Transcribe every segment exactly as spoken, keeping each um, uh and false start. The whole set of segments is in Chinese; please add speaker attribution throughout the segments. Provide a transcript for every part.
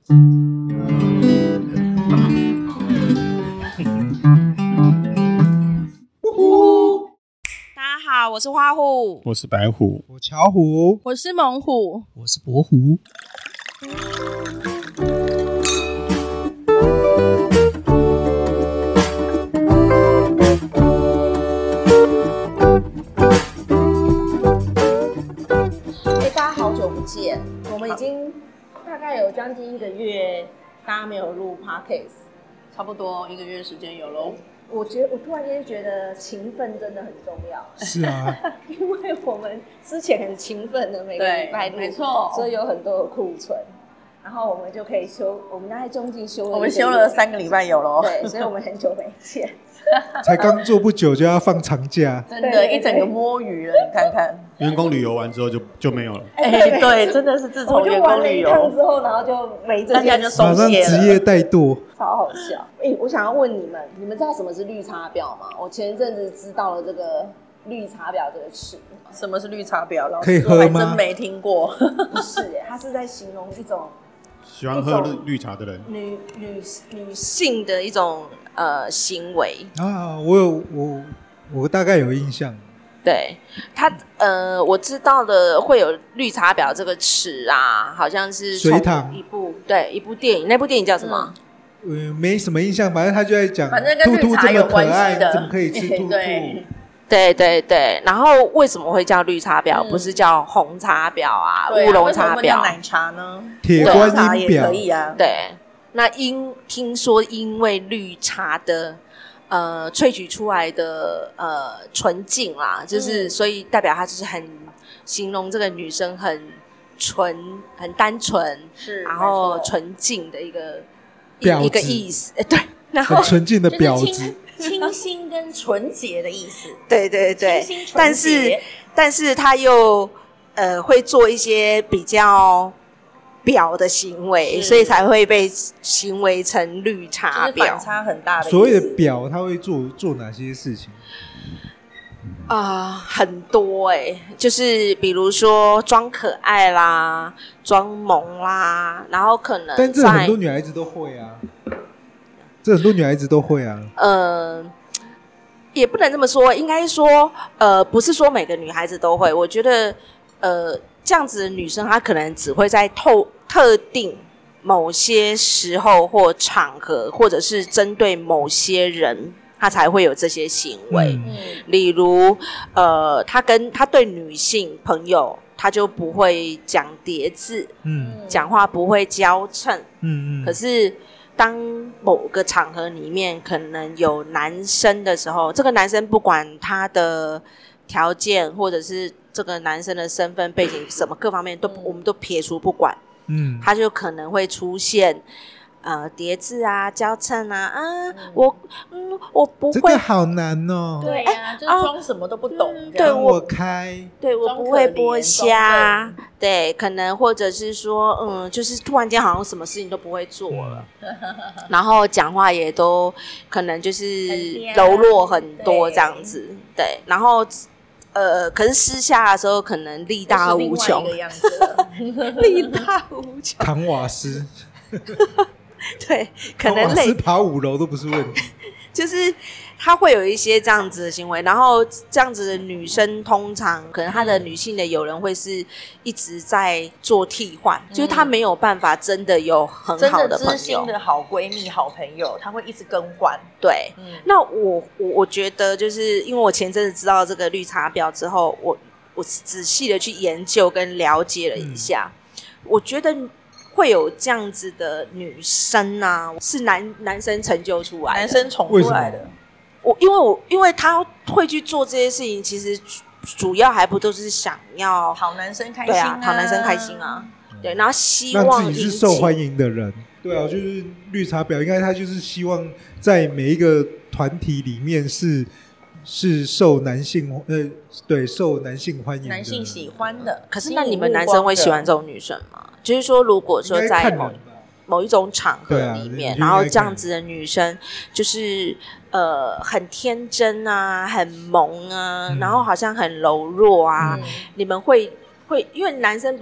Speaker 1: 大家好，我是花虎，
Speaker 2: 我是白虎，
Speaker 3: 我巧虎，
Speaker 1: 我是猛虎，
Speaker 3: 我是博虎。
Speaker 1: 哎，大家好久不见，我们已经大概有将近一个月，大家没有录 podcast，
Speaker 4: 差不多一个月时间有咯。
Speaker 1: 我觉得我突然间觉得勤奋真的很重要。
Speaker 3: 是啊，
Speaker 1: 因为我们之前很勤奋的每个礼拜录，
Speaker 4: 没错，
Speaker 1: 所以有很多的库存，然后我们就可以休，我们大概中间休了，
Speaker 4: 我们休了三个礼拜有咯。
Speaker 1: 对，所以我们很久没见。
Speaker 3: 才刚做不久就要放长假，
Speaker 4: 真的，一整个摸鱼了，你看看。
Speaker 2: 员工旅游完之后就就没有了。
Speaker 4: 哎、欸，对，真的是自从员工旅游
Speaker 1: 我就玩了一趟之后，然后就没这件事，
Speaker 4: 大家就松懈了，
Speaker 3: 马上职业怠惰，
Speaker 1: 超好笑。哎、欸，我想要问你们，你们知道什么是绿茶婊吗？我前一阵子知道了这个绿茶婊这个词。
Speaker 4: 什么是绿茶婊？老
Speaker 3: 可以
Speaker 4: 师说
Speaker 3: 喝吗？
Speaker 4: 还真没听过。
Speaker 1: 不是哎，它是在形容一种
Speaker 2: 喜欢喝绿茶的人，
Speaker 1: 女女女性的一种呃行为
Speaker 3: 啊。我有我我大概有印象。
Speaker 1: 对他呃，我知道的会有绿茶婊这个词啊，好像是从一部对一部电影，那部电影叫什么？
Speaker 3: 嗯，呃、没什么印象，反正他就在讲，
Speaker 4: 反正跟绿茶有关系的，
Speaker 3: 怎么可以吃兔兔？
Speaker 4: 对
Speaker 1: 对对对，然后为什么会叫绿茶婊，嗯、不是叫红茶婊啊、乌龙茶婊？为什么
Speaker 4: 奶茶呢？
Speaker 3: 铁观音
Speaker 4: 婊也可以啊。
Speaker 1: 对，那因听说因为绿茶的。呃，萃取出来的呃纯净啦，就是、嗯、所以代表它就是很形容这个女生很纯、很单纯，
Speaker 4: 是
Speaker 1: 然后纯净的一个
Speaker 3: 一
Speaker 1: 一个意思，对，然后
Speaker 3: 很纯净的婊子，
Speaker 4: 清新跟纯洁的意思，
Speaker 1: 对对对，但是但是他又呃会做一些比较。婊的行为，所以才会被行为成绿茶婊，
Speaker 4: 反差很大的意思。
Speaker 3: 所谓的婊，他会做做哪些事情？
Speaker 1: 啊、呃，很多哎、欸，就是比如说装可爱啦，装萌啦，然后可能，
Speaker 3: 但这很多女孩子都会啊，这很多女孩子都会啊。
Speaker 1: 呃，也不能这么说，应该说，呃，不是说每个女孩子都会。我觉得，呃。这样子的女生，她可能只会在透特定某些时候或场合，或者是针对某些人，她才会有这些行为。嗯、例如，呃，她跟她对女性朋友，她就不会讲叠字，嗯，讲话不会娇嗔，嗯嗯。可是，当某个场合里面可能有男生的时候，这个男生不管他的条件或者是这个男生的身份背景什么各方面都、嗯、我们都撇除不管，嗯，他就可能会出现呃叠字啊、娇嗔啊啊，嗯我嗯我不会，
Speaker 3: 这个好难哦。
Speaker 4: 对呀、啊，就是装什么都不懂，
Speaker 1: 嗯、对
Speaker 3: 我开，
Speaker 1: 对我不会剥虾，对，可能或者是说嗯，就是突然间好像什么事情都不会做了，嗯、然后讲话也都可能就是柔弱很多这样子，对，对然后。呃，可是私下的时候可能力大无穷，力大无穷，
Speaker 3: 扛瓦斯，
Speaker 1: 对，可能累，
Speaker 3: 瓦斯爬五楼都不是问题。
Speaker 1: 就是他会有一些这样子的行为，然后这样子的女生通常可能她的女性的友人会是一直在做替换，嗯、就是她没有办法真的有很好的朋友，真的
Speaker 4: 知心的好闺蜜、好朋友，她会一直更换。
Speaker 1: 对，嗯、那我我我觉得就是因为我前阵子知道这个绿茶婊之后，我我仔细的去研究跟了解了一下，嗯、我觉得。会有这样子的女生啊，是男男生成就出来的，
Speaker 4: 男生宠出来的。
Speaker 1: 我因为我因为他会去做这些事情，其实主要还不都是想要
Speaker 4: 讨男生开心、啊，
Speaker 1: 对啊，讨男生开心啊，嗯、对，然后希望
Speaker 3: 让自己是受欢迎的人，对啊，就是绿茶婊，应该他就是希望在每一个团体里面是是受男性呃对受男性欢迎的，
Speaker 4: 男性喜欢的。
Speaker 1: 可是那你们男生会喜欢这种女生吗？就是说，如果说在某某一种场合里面，啊、然后这样子的女生，就是呃很天真啊，很萌啊，嗯、然后好像很柔弱啊，嗯、你们会会因为男生不是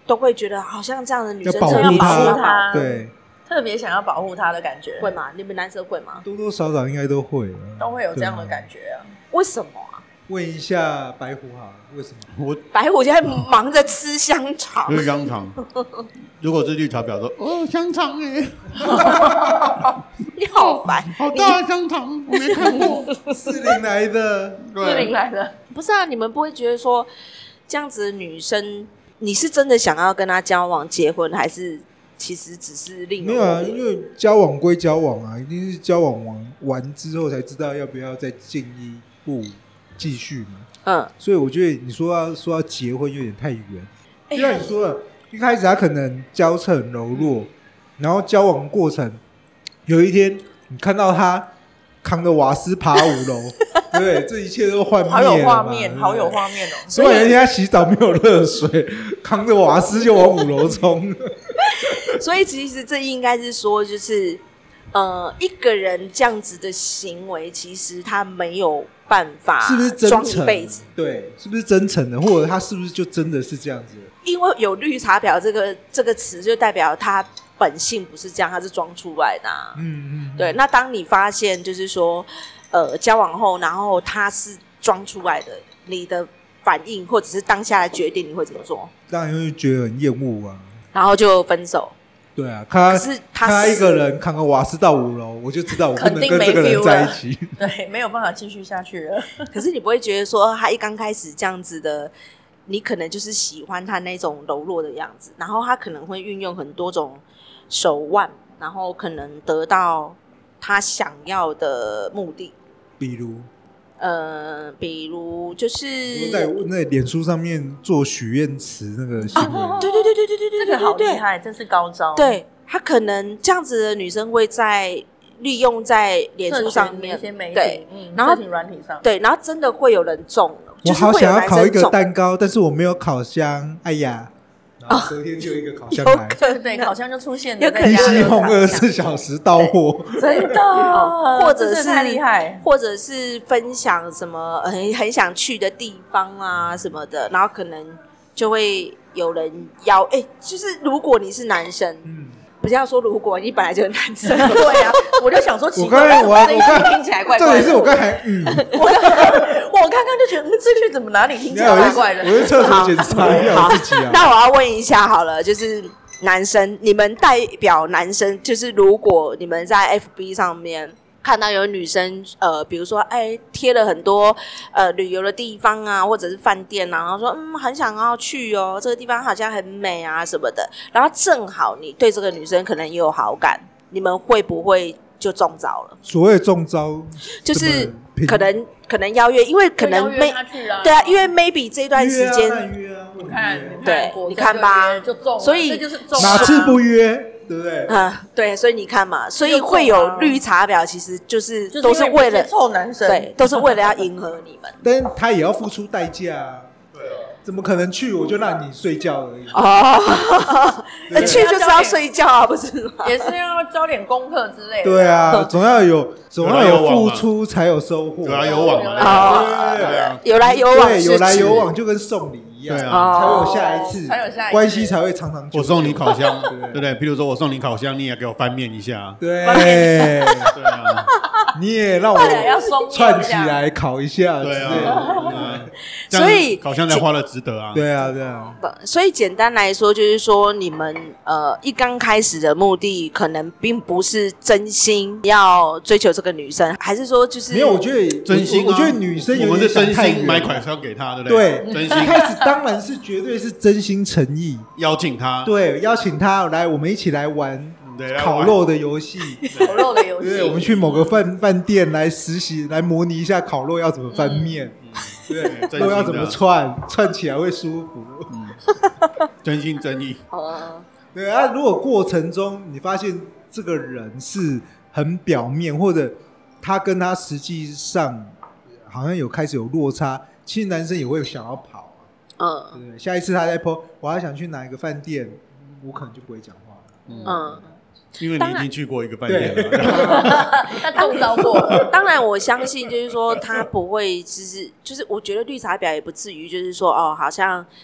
Speaker 1: 都会觉得好像这样的女生
Speaker 3: 要保护
Speaker 1: 特别
Speaker 3: 她
Speaker 1: 需要
Speaker 4: 她
Speaker 3: 对，
Speaker 4: 特别想要保护他的感觉，
Speaker 1: 会吗？你们男生会吗？
Speaker 3: 多多少少应该都会啊，
Speaker 4: 都会有这样的感觉啊。
Speaker 1: 为什么啊？
Speaker 3: 问一下白虎好了，为什么？
Speaker 2: 我
Speaker 1: 白虎现在忙着吃香肠
Speaker 2: 就，是香肠。如果是绿茶婊说哦香肠哎，
Speaker 1: 你好烦。
Speaker 2: 好大的香肠，我没看过。
Speaker 3: 四零来的，
Speaker 4: 四零来的，
Speaker 1: 不是啊，你们不会觉得说这样子的女生，你是真的想要跟她交往、结婚，还是其实只是另
Speaker 3: 没有啊，
Speaker 1: 一
Speaker 3: 因为交往归交往啊，一定是交往完完之后才知道要不要再进一步继续嘛。
Speaker 1: 嗯，
Speaker 3: 所以我觉得你说要说要结婚有点太远，
Speaker 1: 哎
Speaker 3: 就像你说的，一开始他可能娇嗔柔弱，然后交往过程，有一天你看到他扛着瓦斯爬五楼，对不对？这一切都幻灭了嘛，
Speaker 4: 好有画面，
Speaker 3: 对不对
Speaker 4: 好有画面哦。
Speaker 3: 所以有一天他洗澡没有热水，扛着瓦斯就往五楼冲。
Speaker 1: 所以其实这应该是说，就是呃，一个人这样子的行为，其实他没有办法
Speaker 3: 是不是真
Speaker 1: 装
Speaker 3: 诚？
Speaker 1: 一辈子。
Speaker 3: 对，是不是真诚的？或者他是不是就真的是这样子？
Speaker 1: 因为有绿茶婊这个这个词，就代表他本性不是这样，他是装出来的、啊。
Speaker 3: 嗯嗯，
Speaker 1: 对。那当你发现就是说，呃，交往后，然后他是装出来的，你的反应或者是当下的决定，你会怎么做？
Speaker 3: 当然会觉得很厌恶啊。
Speaker 1: 然后就分手。
Speaker 3: 对啊，看他
Speaker 1: 可是他
Speaker 3: 看他一个人扛个瓦斯到五楼，我就知道我不能
Speaker 4: 肯定没
Speaker 3: 跟这个人
Speaker 4: feel
Speaker 3: 在一
Speaker 4: 了
Speaker 3: 起。
Speaker 4: 对，没有办法继续下去了。
Speaker 1: 可是你不会觉得说，他一刚开始这样子的，你可能就是喜欢他那种柔弱的样子，然后他可能会运用很多种手腕，然后可能得到他想要的目的。
Speaker 3: 比如，
Speaker 1: 呃，比如就是
Speaker 3: 我在那脸书上面做许愿池那个行为，
Speaker 1: 对对对对对对对
Speaker 4: 这个好
Speaker 1: 对对
Speaker 4: 厉害，这是高招。，
Speaker 1: 对，他可能这样子的女生会在利用在脸书上面
Speaker 4: 一些媒体，
Speaker 1: 对，
Speaker 4: 嗯，
Speaker 1: 然后
Speaker 4: 社群软体上，
Speaker 1: 对，然后真的会有人中了，
Speaker 3: 我好
Speaker 1: 就是会有
Speaker 3: 想要烤一个
Speaker 1: 男生中，
Speaker 3: 蛋糕，但是我没有烤箱，哎呀，然后隔天就有一个烤箱来，
Speaker 1: 有可能
Speaker 4: 对，烤箱就出现了，
Speaker 1: 有可能
Speaker 3: 一西红二十
Speaker 4: 色，
Speaker 3: 四小时到货。
Speaker 4: 真的，
Speaker 1: 哦或者是
Speaker 4: 这真的太厉害。
Speaker 1: 或者是分享什么很很想去的地方啊什么的，然后可能就会有人邀，哎、就是如果你是男生，
Speaker 3: 嗯，
Speaker 1: 不要说如果你本来就是男生，
Speaker 4: 对啊，我就想说奇怪，
Speaker 3: 我刚才我
Speaker 4: 这一
Speaker 3: 我刚
Speaker 4: 句听起来怪
Speaker 3: 重
Speaker 4: 怪的。
Speaker 3: 点是我刚才嗯，
Speaker 4: 我刚刚我刚刚就觉得这句怎么哪里听起来怪怪的
Speaker 3: 我？去厕所检查一下我自己啊。
Speaker 1: 那我要问一下好了，就是男生，你们代表男生，就是如果你们在 F B 上面看到有女生，呃，比如说，哎，贴了很多呃旅游的地方啊，或者是饭店啊，然后说，嗯，很想要去哦，这个地方好像很美啊什么的，然后正好你对这个女生可能也有好感，你们会不会就中招了？
Speaker 3: 所谓中招，
Speaker 1: 就是
Speaker 3: 怎么评
Speaker 1: 可能可能邀约，因为可能
Speaker 4: 就邀约
Speaker 1: may
Speaker 4: 他去啊
Speaker 1: 对啊，因为 maybe 这段时间。
Speaker 3: 约啊约啊，
Speaker 4: 你看，
Speaker 1: 对
Speaker 4: 果真
Speaker 1: 你看吧
Speaker 4: 就约就中了，
Speaker 1: 所以
Speaker 4: 这就是中了
Speaker 3: 哪次不约，对不对？
Speaker 1: 啊，对，所以你看嘛，所以
Speaker 4: 就中
Speaker 1: 会有
Speaker 4: 啊
Speaker 1: 绿茶婊，其实就是
Speaker 4: 就是
Speaker 1: 都是
Speaker 4: 因为
Speaker 1: 为了
Speaker 4: 这些臭男生，
Speaker 1: 对，都是为了要迎合你们
Speaker 3: 但是他也要付出代价啊。对啊，怎么可能去我就让你睡觉而已？
Speaker 1: 哦。
Speaker 3: 对
Speaker 1: 去就是要睡觉啊，不是吗？
Speaker 4: 也是要交点功课之类的。
Speaker 3: 对啊，总要有总要有付出才有收获，
Speaker 2: 有来有往嘛。
Speaker 1: 哦
Speaker 2: 对啊，
Speaker 1: 有来有往
Speaker 3: 对，
Speaker 1: 是
Speaker 3: 有来
Speaker 1: 指
Speaker 3: 有往就跟送礼一样，
Speaker 2: 对
Speaker 1: 啊
Speaker 3: 才有下一次，
Speaker 4: 才有下一次
Speaker 3: 关系才会长长久久。
Speaker 2: 我送你烤箱，
Speaker 3: 对
Speaker 2: 对不对？譬如说我送你烤箱，你也给我翻面一下。
Speaker 3: 对，
Speaker 2: 对啊，
Speaker 3: 你也让
Speaker 4: 对要松
Speaker 3: 我
Speaker 4: 一
Speaker 3: 串起
Speaker 4: 下
Speaker 3: 来烤一下之
Speaker 2: 对
Speaker 3: 类的。
Speaker 2: 啊，这样
Speaker 1: 所以
Speaker 2: 烤箱才花了值得啊。
Speaker 3: 对啊，对啊，
Speaker 1: 不所以简单来说，就是说你们呃一刚开始的目的，可能并不是真心要追求这个女生，还是说就是
Speaker 3: 没有，我觉得
Speaker 2: 真心啊，
Speaker 3: 我我觉得女生有
Speaker 2: 我们是真
Speaker 3: 点想太远
Speaker 2: 心买烤箱给他，对不
Speaker 3: 对，
Speaker 2: 真
Speaker 3: 一
Speaker 2: 心
Speaker 3: 开始当然是绝对是真心诚意，
Speaker 2: 邀请他，
Speaker 3: 对，邀请他来，我们一起来玩
Speaker 2: 对，来玩
Speaker 3: 烤肉的游戏，
Speaker 4: 烤肉的游戏，
Speaker 3: 对，我们去某个饭饭店来实习，来模拟一下烤肉要怎么翻面，对，
Speaker 2: 真心的
Speaker 3: 肉要怎么串，串起来会舒服。
Speaker 2: 真心真意。
Speaker 1: 呃
Speaker 3: 对啊，如果过程中你发现这个人是很表面，或者他跟他实际上好像有开始有落差，其实男生也会想要跑啊，
Speaker 1: 嗯
Speaker 3: 对不对？下一次他在 po，我还想去哪一个饭店，我可能就不会讲话了。
Speaker 1: 嗯。
Speaker 2: 因为你已经去过一个饭
Speaker 3: 对
Speaker 2: 店了，
Speaker 4: 他中招过了。
Speaker 1: 当然，我相信就是说，他不会，其实就是我觉得绿茶婊也不至于，就是说哦，好像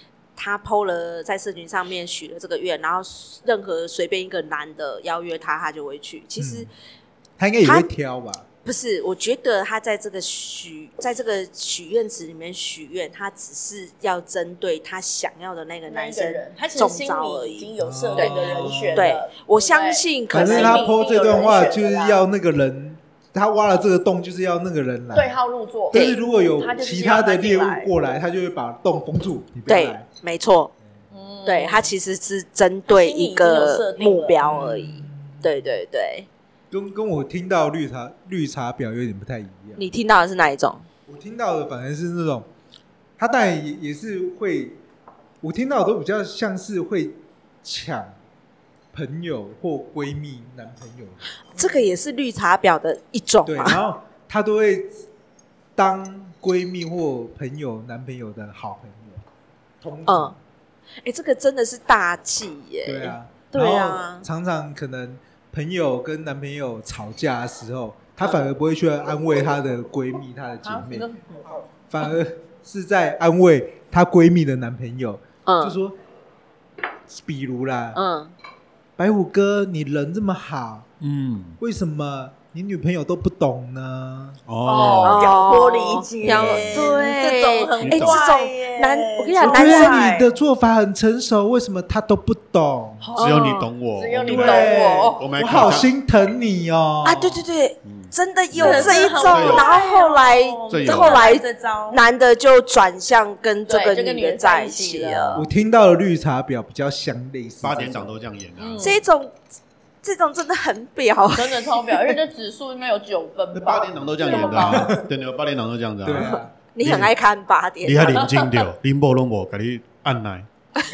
Speaker 1: 他 P O 了在社群上面许了这个愿，然后任何随便一个男的邀约他，他就会去。其实、嗯、
Speaker 3: 他应该也会挑吧？
Speaker 1: 不是，我觉得他在这个许在这个许愿池里面许愿，他只是要针对他想要的那个男生中招而已。
Speaker 4: 已经有设定的人选了。
Speaker 1: 对，我相信可能
Speaker 3: 反正他 P O 这段话就是要那个人，他挖了这个洞就是要那个人来
Speaker 4: 对号入座。
Speaker 3: 但是如果有其他的猎物过来，他就会把洞封住，你不要来。
Speaker 1: 对，没错。嗯、对，他其实是针对一个目标而已。对对对。
Speaker 3: 跟跟我听到绿茶绿茶婊有点不太一样。
Speaker 1: 你听到的是哪一种？
Speaker 3: 我听到的反而是那种，他当然 也, 也是会，我听到的都比较像是会抢朋友或闺蜜、男朋友。
Speaker 1: 这个也是绿茶婊的一种嘛。
Speaker 3: 对，然后他都会当闺蜜或朋友、男朋友的好朋友。通常，
Speaker 1: 哎、欸，这个真的是大忌耶。
Speaker 3: 对啊，
Speaker 1: 对啊，
Speaker 3: 常常可能。朋友跟男朋友吵架的时候，她反而不会去安慰她的闺蜜、她的姐妹，反而是在安慰她闺蜜的男朋友。嗯，就说，比如啦，嗯，白虎哥，你人这么好，嗯，为什么你女朋友都不懂呢？
Speaker 4: 哦，挑拨离间，
Speaker 1: 对，
Speaker 4: 这种很
Speaker 1: 哎，这种男，我跟你讲，
Speaker 3: 男生你的做法很成熟，为什么他都不懂？
Speaker 2: 只有你懂我，
Speaker 4: 只有你懂我，
Speaker 2: 我
Speaker 3: 我好心疼你哦！
Speaker 1: 啊，对对对，真的有这一种，然后后来后来男的就转向跟这个女的在一起了。
Speaker 3: 我听到的绿茶婊比较像类似，
Speaker 2: 八点档都这样演啊，
Speaker 1: 这种。这种真的很婊，
Speaker 4: 真的超婊，而且这指数应该有九分吧？
Speaker 2: 八点档都这样演的、啊，对对，八点档都这样子啊。
Speaker 3: 对啊，
Speaker 1: 你很爱看八点档，
Speaker 2: 你还认真掉，林波拢无给你按奶。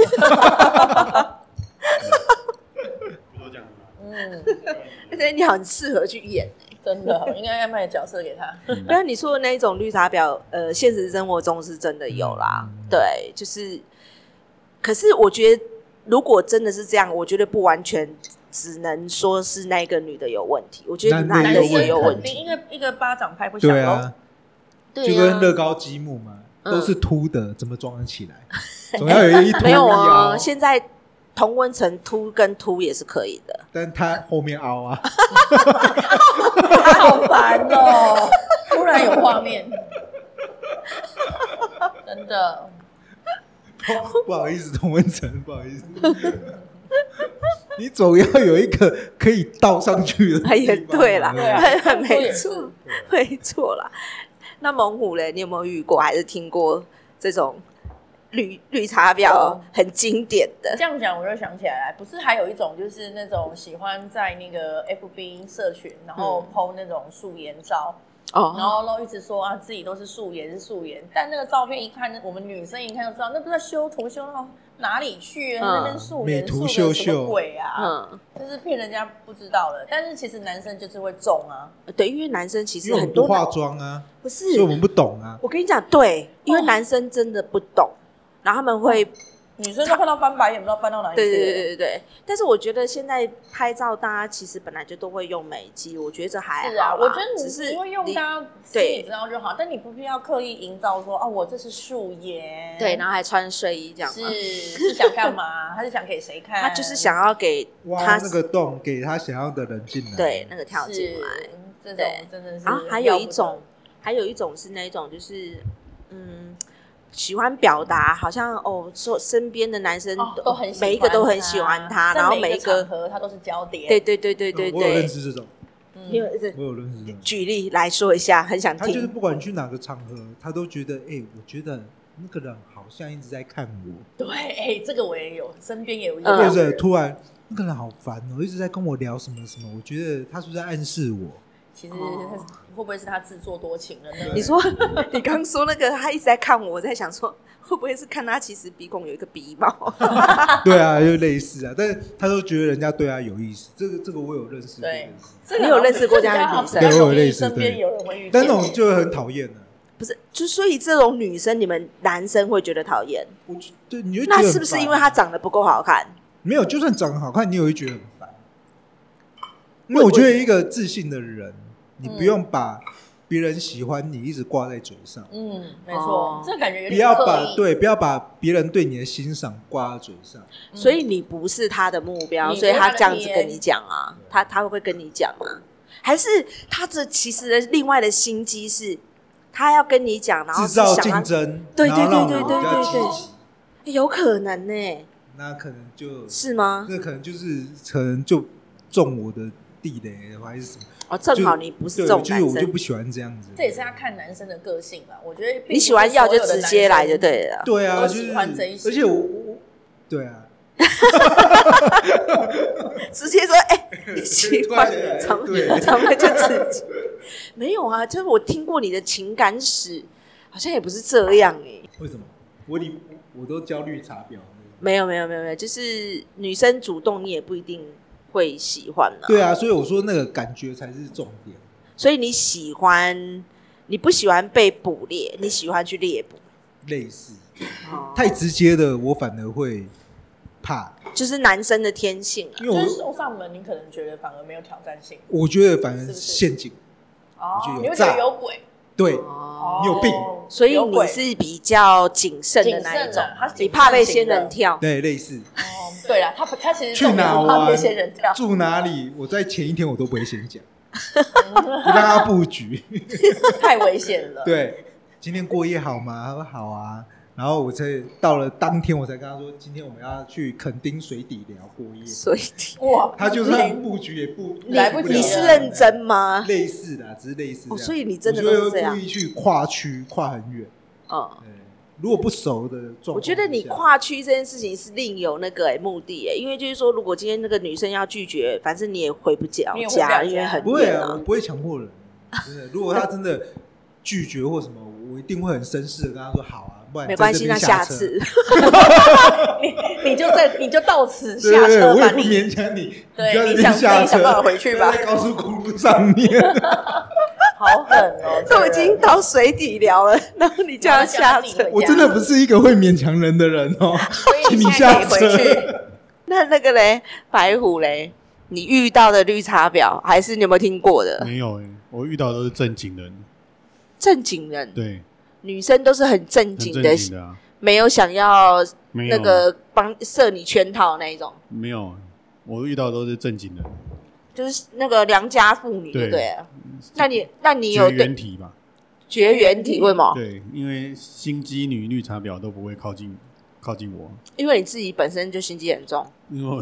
Speaker 1: 嗯，而且你很适合去演、欸，
Speaker 4: 真的，应该安排角色给他。
Speaker 1: 因为你说的那一种绿茶婊，呃，现实生活中是真的有啦，嗯、对，就是，可是我觉得。如果真的是这样，我觉得不完全只能说是那个女的有问题，我觉得男的也有问题。
Speaker 4: 因为一个巴掌拍不响。
Speaker 3: 对啊，就跟乐高积木嘛，嗯、都是凸的，怎么装得起来？总要有一凸一凹。
Speaker 1: 没有啊，现在同温层凸跟凸也是可以的，
Speaker 3: 但它后面凹啊。
Speaker 4: 好烦哦！突然有画面，真的。
Speaker 3: 不好意思，同温层，不好意思。你总要有一个可以倒上去的地方。
Speaker 1: 也对啦，
Speaker 4: 对啊，
Speaker 1: 没错，没错啦。那猛虎嘞，你有没有遇过，还是听过这种绿绿茶婊很经典的？
Speaker 4: 这样讲我就想起来了，不是还有一种就是那种喜欢在那个 F B 社群，然后 po 那种素颜照。哦、然后都一直说啊，自己都是素颜是素颜，但那个照片一看，我们女生一看就知道，那不是修图修到哪里去？嗯、那边素颜
Speaker 3: 美图秀秀
Speaker 4: 什么鬼啊？嗯，就是骗人家不知道的。但是其实男生就是会中啊，
Speaker 1: 对，因为男生其实很多
Speaker 3: 不化妆啊，
Speaker 1: 不是，
Speaker 3: 所以我们不懂啊。
Speaker 1: 我跟你讲，对，因为男生真的不懂，然后他们会。
Speaker 4: 女生都看到翻白眼，不知道翻到哪里去。
Speaker 1: 对对对对对。但是我觉得现在拍照，大家其实本来就都会用美肌，我觉得这还好。
Speaker 4: 是啊，我觉得你
Speaker 1: 只是
Speaker 4: 因为用大家心里知道就好，但你不必要刻意营造说，哦，我这是素颜。
Speaker 1: 对，然后还穿睡衣这样。
Speaker 4: 是是想干嘛？他是想给谁看？
Speaker 1: 他就是想要给
Speaker 3: 挖那个洞，给他想要的人进来。
Speaker 1: 对，那个跳进来。
Speaker 4: 这种真的是。
Speaker 1: 然后还有一种，还有一种是那种，就是嗯。喜欢表达，好像哦，说身边的男生都、哦、
Speaker 4: 都很喜欢他，
Speaker 1: 每一个都很喜欢他，然后每一个
Speaker 4: 场合他都是焦点。
Speaker 1: 对对对对对对，
Speaker 3: 我有认识这种，
Speaker 1: 嗯、我有
Speaker 3: 认识这种。
Speaker 1: 举例来说一下，很想听。
Speaker 3: 他就是不管去哪个场合，他都觉得，哎、欸，我觉得那个人好像一直在看我。
Speaker 4: 对，哎、欸，这个我也有，身边也有一
Speaker 3: 个，或者突然那个人好烦哦，一直在跟我聊什么什么，我觉得他是不是在暗示我？
Speaker 4: 其实会不会是他自作多情了呢？
Speaker 1: 你说，你刚说那个他一直在看我，我在想说，会不会是看他其实鼻孔有一个鼻毛？
Speaker 3: 对啊，就类似啊，但是他都觉得人家对他有意思。这个这个我有认识过，
Speaker 4: 对，
Speaker 1: 你有认识过这样的女生？
Speaker 3: 对，我有类似，
Speaker 4: 身边有人会遇见，
Speaker 3: 但那种就很讨厌的。
Speaker 1: 不是，就所以这种女生，你们男生会觉得讨厌？
Speaker 3: 我对，你就
Speaker 1: 那是不是因为她长得不够好看？
Speaker 3: 没有，就算长得好看，你也会觉得很烦。因为我觉得一个自信的人。你不用把别人喜欢你一直挂在嘴上。
Speaker 4: 嗯，没错，哦、这感觉有点
Speaker 3: 不要把对，不要把别人对你的欣赏挂在嘴上。
Speaker 1: 嗯、所以你不是他的目标，所以他这样子跟你讲啊，他他会跟你讲啊，还是他这其实的另外的心机是，他要跟你讲，然后
Speaker 3: 制造竞争，
Speaker 1: 对对对对对
Speaker 3: 对对
Speaker 1: 对，有可能呢、欸。
Speaker 3: 那可能就是
Speaker 1: 吗？
Speaker 3: 那可能就是可能就中我的地雷还是什么？
Speaker 1: 哦，正好你不是这种男生，
Speaker 3: 就是我就不喜欢这样子。
Speaker 4: 这也是要看男生的个性啦。我觉得
Speaker 1: 你喜欢要就直接来就对了。
Speaker 3: 对啊，
Speaker 4: 都喜欢这一些。
Speaker 3: 而且我，我对啊，
Speaker 1: 直接说，哎、欸，你喜欢，咱们咱们就直接没有啊。就是我听过你的情感史，好像也不是这样哎、欸。
Speaker 3: 为什么？我你我都交绿茶婊。
Speaker 1: 没有没有没有没有，就是女生主动你也不一定会喜欢啊。
Speaker 3: 对啊，所以我说那个感觉才是重点。
Speaker 1: 所以你喜欢，你不喜欢被捕猎，你喜欢去猎捕。
Speaker 3: 类似，哦、太直接的我反而会怕。
Speaker 1: 就是男生的天性啊，
Speaker 3: 因为我
Speaker 4: 就是送上门，你可能觉得反而没有挑战性。
Speaker 3: 我觉得反而是陷阱。
Speaker 4: 哦，
Speaker 3: 我觉得有
Speaker 4: 你会觉得有鬼。
Speaker 3: 对、哦，你有病，
Speaker 1: 所以你是比较谨慎的那一种，你怕被仙人跳，
Speaker 3: 对，类似。
Speaker 4: 哦，对了，他他其实
Speaker 3: 去哪玩，
Speaker 4: 怕被仙人跳，
Speaker 3: 住哪里，我在前一天我都不会先讲，不让他布局，
Speaker 4: 太危险了。
Speaker 3: 对，今天过夜好吗？他说好啊。然后我才到了当天，我才跟他说，今天我们要去垦丁水底寮过夜。
Speaker 1: 水底
Speaker 3: 哇，他就算布局也不
Speaker 4: 来不及。
Speaker 1: 你是认真吗？
Speaker 3: 类似的，只是类似、哦。
Speaker 1: 所以你真的都是这样。
Speaker 3: 我就会故意去跨区，跨很远。嗯，如果不熟的状况，
Speaker 1: 我觉得你跨区这件事情是另有那个、欸、目的、欸，因为就是说，如果今天那个女生要拒绝，反正你也回不了家，因为很远、啊。
Speaker 3: 不会啊，我不会强迫人。真的，如果他真的拒绝或什么，我一定会很绅士的跟他说好啊。
Speaker 1: 没关系，那下次
Speaker 4: 你你就在你就到此下车吧。
Speaker 3: 我也不勉强你，
Speaker 4: 对，你想自己想办法回去吧。
Speaker 3: 在高速公路上面，
Speaker 4: 好狠哦！
Speaker 1: 都已经到水底聊了，然后你就要下车。
Speaker 3: 我真的不是一个会勉强人的人哦，
Speaker 4: 所以
Speaker 3: 你
Speaker 4: 下车回去。
Speaker 1: 那那个嘞，白虎嘞，你遇到的绿茶婊，还是你有没有听过的？
Speaker 2: 没有哎、欸，我遇到的都是正经人。
Speaker 1: 正经人，
Speaker 2: 对。
Speaker 1: 女生都是很正经 的,
Speaker 2: 的、啊、
Speaker 1: 没有想要那个帮设你圈套那一种。
Speaker 2: 没有，我遇到的都是正经人，
Speaker 1: 就是那个良家妇女，对不对？那你那你有
Speaker 2: 绝缘体吧？
Speaker 1: 绝缘体为什么？
Speaker 2: 对，因为心机女、绿茶婊都不会靠近靠近我，
Speaker 1: 因为你自己本身就心机很重。
Speaker 2: 因为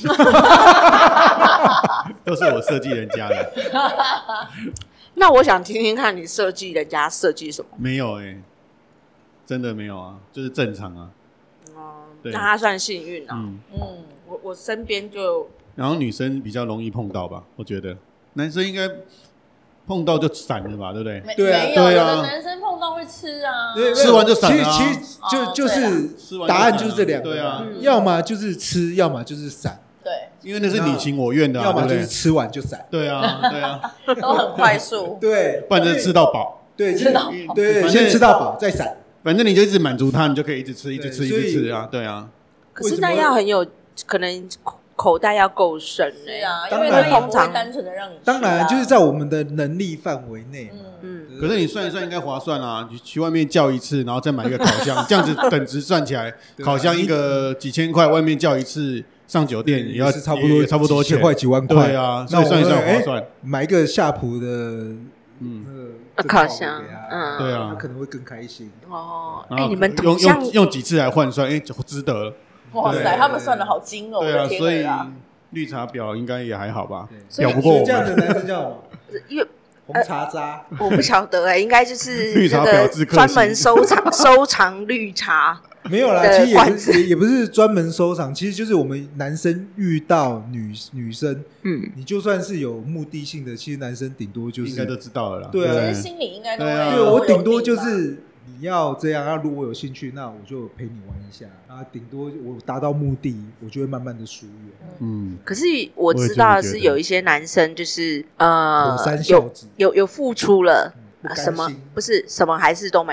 Speaker 2: 都是我设计人家的。
Speaker 1: 那我想听听看你设计人家设计什么？
Speaker 2: 没有哎、欸，真的没有啊，就是正常啊。
Speaker 1: 哦、嗯，那他算幸运啊。
Speaker 2: 嗯
Speaker 1: 嗯，我我身边就，
Speaker 2: 然后女生比较容易碰到吧，我觉得男生应该碰到就散了吧，对不对？
Speaker 3: 对啊，
Speaker 4: 没有，有的男生碰到会吃啊，
Speaker 2: 吃完就散了、啊。
Speaker 3: 其实其实就、哦、就是答案就是这两个，
Speaker 2: 对啊，
Speaker 3: 嗯、要么就是吃，要么就是散。
Speaker 4: 对，
Speaker 2: 因为那是你情我愿的、啊，
Speaker 3: 要么就是吃完就散。
Speaker 2: 对啊，对啊，
Speaker 4: 都很快速。
Speaker 3: 对，
Speaker 2: 不然就是吃到饱。
Speaker 3: 对，
Speaker 4: 吃到饱。
Speaker 3: 对，先吃到饱再散。
Speaker 2: 反正你就一直满足他，你就可以一直吃，一直吃，一直吃啊，对啊。
Speaker 1: 可是那要很有可能口袋要够深
Speaker 4: 哎、欸，啊，
Speaker 3: 因为
Speaker 4: 他也不会单纯的让你、啊。
Speaker 3: 当然就是在我们的能力范围内。嗯
Speaker 2: 嗯。可是你算一算应该划算啊！你去外面叫一次，然后再买一个烤箱，这样子等值算起来，烤箱一个几千块，外面叫一次。上酒店也要
Speaker 3: 是差不多
Speaker 2: 差不多
Speaker 3: 几千块几万块，
Speaker 2: 对啊，所以算一算划算。
Speaker 3: 买一个夏普的
Speaker 2: 嗯
Speaker 3: 那个
Speaker 1: 烤箱，
Speaker 3: 嗯，
Speaker 2: 对啊，
Speaker 3: 他可能会更开心
Speaker 1: 哦。哎，你们
Speaker 2: 用用用几次来换算，哎，值得。
Speaker 4: 哇塞，他们算的好精哦！
Speaker 2: 对啊，所以绿茶婊应该也还好吧，
Speaker 3: 婊
Speaker 2: 不过我们
Speaker 3: 这样的男生叫什么？
Speaker 1: 因为
Speaker 3: 红茶渣，
Speaker 1: 我不晓得哎，应该就是
Speaker 2: 绿茶婊自
Speaker 1: 专门收藏收藏绿茶。
Speaker 3: 没有啦，其实也不是也不是专门收藏，其实就是我们男生遇到女女生，嗯，你就算是有目的性的，其实男生顶多就是
Speaker 2: 应该都知道了啦。
Speaker 3: 对啊，
Speaker 4: 其实心里应该都会。
Speaker 3: 对我顶多就是你要这样，那如果我有兴趣，那我就陪你玩一下，啊，顶多我达到目的，我就会慢慢的疏远。
Speaker 1: 嗯，可是我知道的是有一些男生就是呃
Speaker 3: 火山孝子
Speaker 1: 有有有付出了。
Speaker 3: 嗯
Speaker 1: 什么不是什么还是都没有，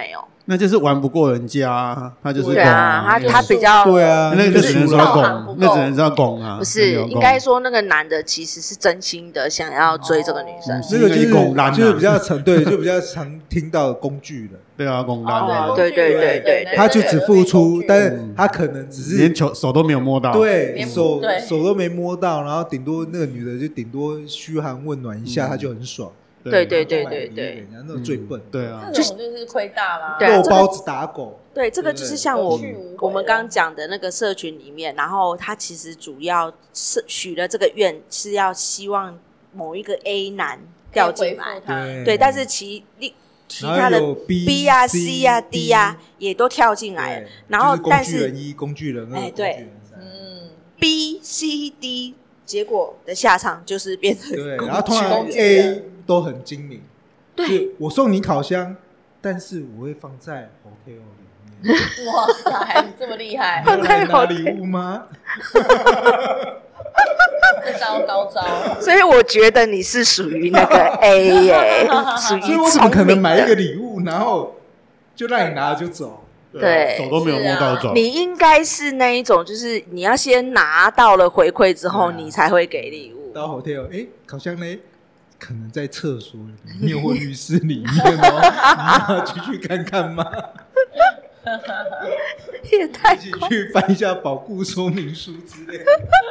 Speaker 2: 那就是玩不过人家，他就是
Speaker 1: 对啊，他他比较
Speaker 3: 对啊，
Speaker 2: 那个只能说拱，那只能说拱啊，
Speaker 1: 不是应该说那个男的其实是真心的想要追这个女生，
Speaker 3: 这个就是就是比较常对，就比较常听到的工具人，
Speaker 2: 对啊，拱男啊，
Speaker 1: 对对对对，
Speaker 3: 他就只付出，但是他可能只是
Speaker 2: 连手手都没有摸到，
Speaker 3: 对手手都没摸到，然后顶多那个女的就顶多嘘寒问暖一下，他就很爽。
Speaker 1: 对对对对对，
Speaker 3: 人家那种最笨，
Speaker 2: 对啊，
Speaker 4: 这种就是亏大啦，
Speaker 3: 肉包子打狗。
Speaker 1: 对，这个就是像我我们刚刚讲的那个社群里面，然后他其实主要是许了这个愿，是要希望某一个 A 男掉进来，对，但是其其他的 B 啊 C 啊 D 啊也都跳进来了，然后但是
Speaker 3: 工具人一、工具人二、哎对，
Speaker 1: 嗯 ，B C D 结果的下场就是变成
Speaker 3: 对，然后通常 A 都很精明，对，我送你烤箱，但是我会放在 hotel 里面。
Speaker 4: 哇塞，你这么厉害！
Speaker 3: 放在拿礼物吗？
Speaker 4: 这招高招。
Speaker 1: 所以我觉得你是属于那个 A 耶，属于
Speaker 3: 所以我怎么可能买一个礼物，然后就让你拿了就走？
Speaker 1: 对，
Speaker 2: 手都没有摸到走。
Speaker 1: 你应该是那一种，就是你要先拿到了回馈之后，你才会给礼物。
Speaker 3: 到 hotel， 哎，烤箱呢？可能在厕所里面或浴室里面哦，你要继续看看吗？
Speaker 1: 也太
Speaker 3: 继续翻一下保固说明书之类的，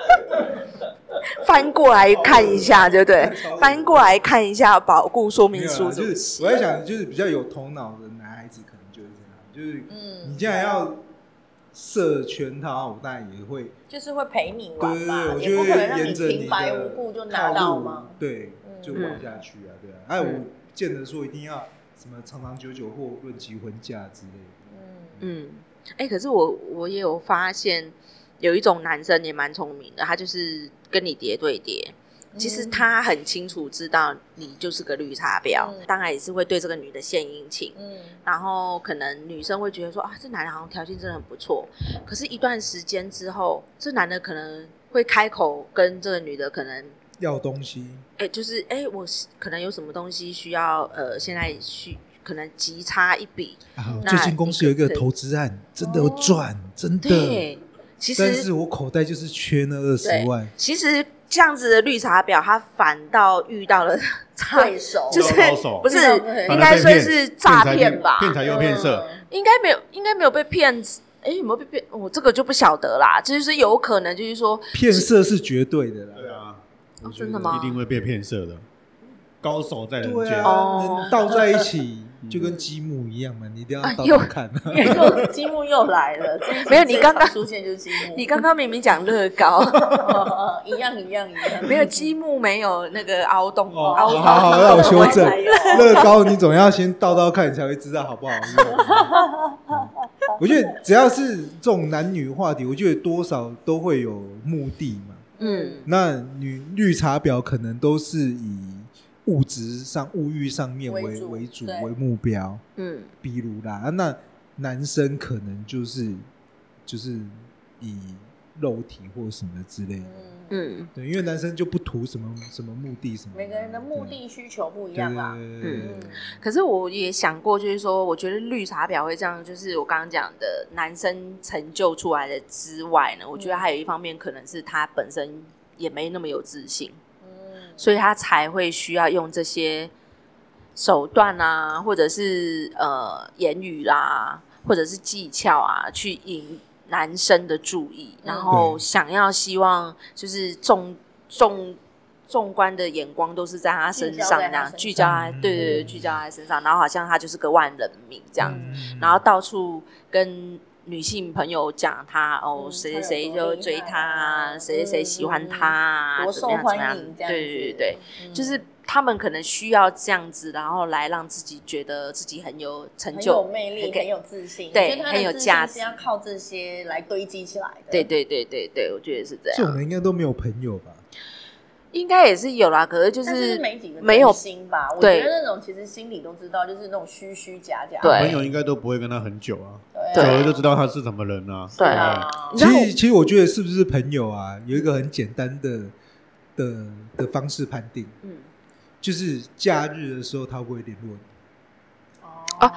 Speaker 1: 翻过来看一下，对不对？翻过来看一下保固说明书怎么写。
Speaker 3: 就是我在想，就是比较有头脑的男孩子，可能就是这样，就是你既然要设圈套，我当然也会，
Speaker 4: 就是会陪你玩嘛，
Speaker 3: 对对对，我
Speaker 4: 也不可能让你
Speaker 3: 沿着你
Speaker 4: 平白无故就拿到嘛，
Speaker 3: 对，就玩下去啊，对啊，哎，我见得说一定要什么长长久久或论及婚嫁之类的。
Speaker 1: 嗯，哎、欸，可是我我也有发现，有一种男生也蛮聪明的，他就是跟你叠对叠，其实他很清楚知道你就是个绿茶婊，嗯、当然也是会对这个女的献殷勤，嗯，然后可能女生会觉得说啊，这男的好像条件真的很不错，可是一段时间之后，这男的可能会开口跟这个女的可能
Speaker 3: 要东西，
Speaker 1: 哎、欸，就是哎、欸，我可能有什么东西需要呃，现在需。可能急差一笔、
Speaker 3: 啊，最近公司有一个投资案，真的有赚、哦，真的。
Speaker 1: 对，其实
Speaker 3: 但是我口袋就是缺那二十万。
Speaker 1: 其实这样子的绿茶婊，他反倒遇到了
Speaker 4: 对手，
Speaker 1: 就是不是应该说是诈骗吧？
Speaker 2: 骗财又骗色，
Speaker 1: 应该没有，应该没有被骗。哎，有没有被骗？我、哦、这个就不晓得啦。就是有可能，就是说
Speaker 3: 骗色是绝对的啦。
Speaker 2: 对啊，
Speaker 1: 哦、真的吗？
Speaker 2: 一定会被骗色的。高手在人间，
Speaker 3: 对啊，
Speaker 1: 哦、
Speaker 3: 能倒在一起就跟积木一样嘛，你一定要倒倒看。
Speaker 4: 又积木又来了，
Speaker 1: 没有你刚刚
Speaker 4: 出现就是积木，
Speaker 1: 你刚刚明明讲乐高，
Speaker 4: 一样一样一样，
Speaker 1: 没有积木没有那个凹洞，
Speaker 3: 哦、
Speaker 1: 凹洞。
Speaker 3: 好好，让我修正。乐高你总要先倒倒看，你才会知道好不好用。我觉得只要是这种男女话题，我觉得多少都会有目的嘛。嗯，那女绿茶婊可能都是以物质上、物欲上面为为主、为, 主为目标，嗯，比如啦，那男生可能就是就是以肉体或什么之类的，嗯，对，因为男生就不图什么什么目的什么的，
Speaker 4: 每个人的目的需求不一样啦，
Speaker 1: 嗯。可是我也想过，就是说，我觉得绿茶婊会这样，就是我刚刚讲的，男生成就出来的之外呢，我觉得还有一方面可能是他本身也没那么有自信。所以他才会需要用这些手段啊，或者是呃言语啦，或者是技巧啊，去引男生的注意，然后想要希望就是纵纵纵观的眼光都是在他身上，这样聚焦在对对对聚焦在他身上，然后好像他就是个万人迷这样子，嗯、然后到处跟女性朋友讲他哦，谁谁谁就追他啊，谁谁谁喜欢他啊，怎么样怎么样？对对对，嗯、就是他们可能需要这样子，然后来让自己觉得自己很有成就、
Speaker 4: 很有魅力、很有自信，
Speaker 1: 对，很有价值，
Speaker 4: 是要靠这些来堆积起来的。
Speaker 1: 对对对对对，我觉得是这样。
Speaker 3: 这种人应该都没有朋友吧？
Speaker 1: 应该也是有啦，可是就是
Speaker 4: 没几个没有心吧。我觉得那种其实心里都知道，就是那种虚虚假假。
Speaker 2: 对，朋友应该都不会跟他很久啊，久了就知道他是什么人啊。
Speaker 1: 对啊，
Speaker 3: 其实其实我觉得是不是朋友啊，有一个很简单的的的方式判定，嗯，就是假日的时候他会联络你。
Speaker 1: 哦，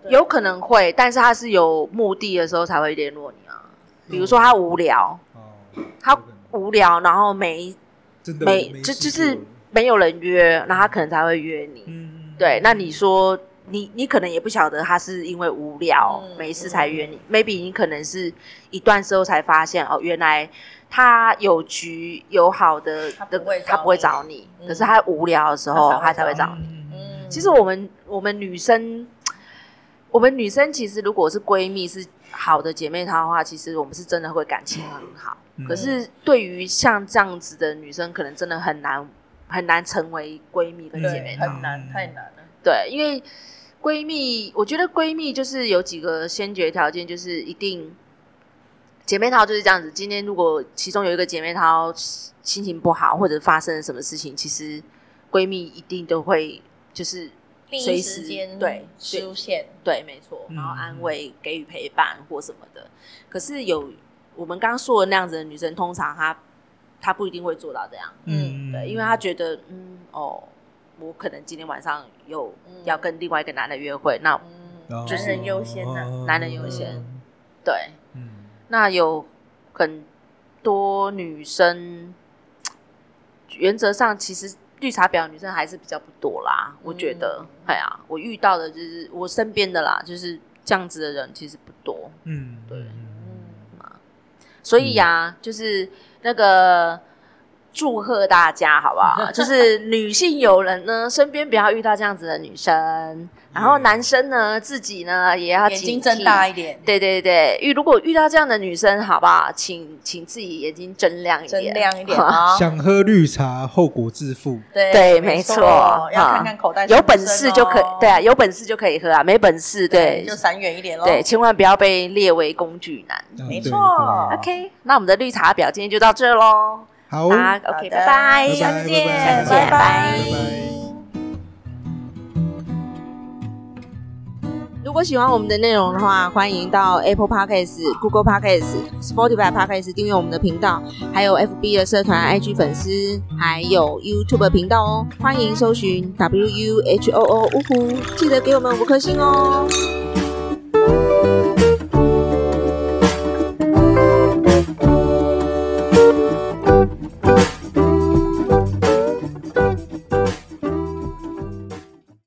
Speaker 1: 有可能会，但是他是有目的的时候才会联络你啊。比如说他无聊，哦、他无聊，然后没
Speaker 3: 真的
Speaker 1: 没就就是没有人约，然后他可能才会约你。嗯，对，那你说你你可能也不晓得他是因为无聊、嗯、没事才约你、嗯、，maybe 你可能是一段时候才发现哦，原来他有局有好的，
Speaker 4: 他不会
Speaker 1: 他不会找你，嗯、可是他无聊的时候他才，他才会找你。嗯，其实我们我们女生。我们女生其实如果是闺蜜是好的姐妹淘的话，其实我们是真的会感情很好、嗯、可是对于像这样子的女生可能真的很难很难成为闺蜜跟姐妹淘，
Speaker 4: 很难太难了。
Speaker 1: 对，因为闺蜜我觉得闺蜜就是有几个先决条件，就是一定姐妹淘就是这样子，今天如果其中有一个姐妹淘心情不好或者发生了什么事情，其实闺蜜一定都会就是
Speaker 4: 第一时间对出现，
Speaker 1: 对，没错，然后安慰、嗯、给予陪伴或什么的。可是有我们刚刚说的那样子的女生，通常她她不一定会做到这样，嗯，对，因为她觉得，嗯，哦，我可能今天晚上有要跟另外一个男的约会，那就是
Speaker 4: 男人优先啊，
Speaker 1: 男人优先，对，嗯，那有很多女生，原则上其实。绿茶婊女生还是比较不多啦，嗯、我觉得，哎呀、啊，我遇到的就是我身边的啦，就是这样子的人其实不多，嗯，对，嗯啊，所以呀、啊，就是那个祝贺大家好不好？就是女性友人呢，身边不要遇到这样子的女生，然后男生呢自己呢也要
Speaker 4: 眼睛睁大一点，
Speaker 1: 对对对，遇如果遇到这样的女生，好不好？请请自己眼睛睁亮一点，
Speaker 4: 睁亮一点啊！
Speaker 3: 想喝绿茶，后果自负。
Speaker 4: 对
Speaker 1: 对，没错，
Speaker 4: 要看看口袋、哦，
Speaker 1: 有本事就可以，对啊，有本事就可以喝啊，没本事对
Speaker 4: 就闪远一点咯。
Speaker 1: 对，千万不要被列为工具男。
Speaker 3: 嗯、
Speaker 4: 没错
Speaker 1: ，OK， 那我们的绿茶婊今天就到这咯。
Speaker 3: 好，
Speaker 1: 啊 ，OK， 拜拜，
Speaker 3: 下
Speaker 4: 次见，
Speaker 1: 下次见，拜拜。如果喜欢我们的内容的话，欢迎到 Apple Podcast、Google Podcast、Spotify Podcast 订阅我们的频道，还有 F B 的社团、I G 粉丝，还有 YouTube 频道哦。欢迎搜寻 W U H O O 呜呼，记得给我们五颗星哦。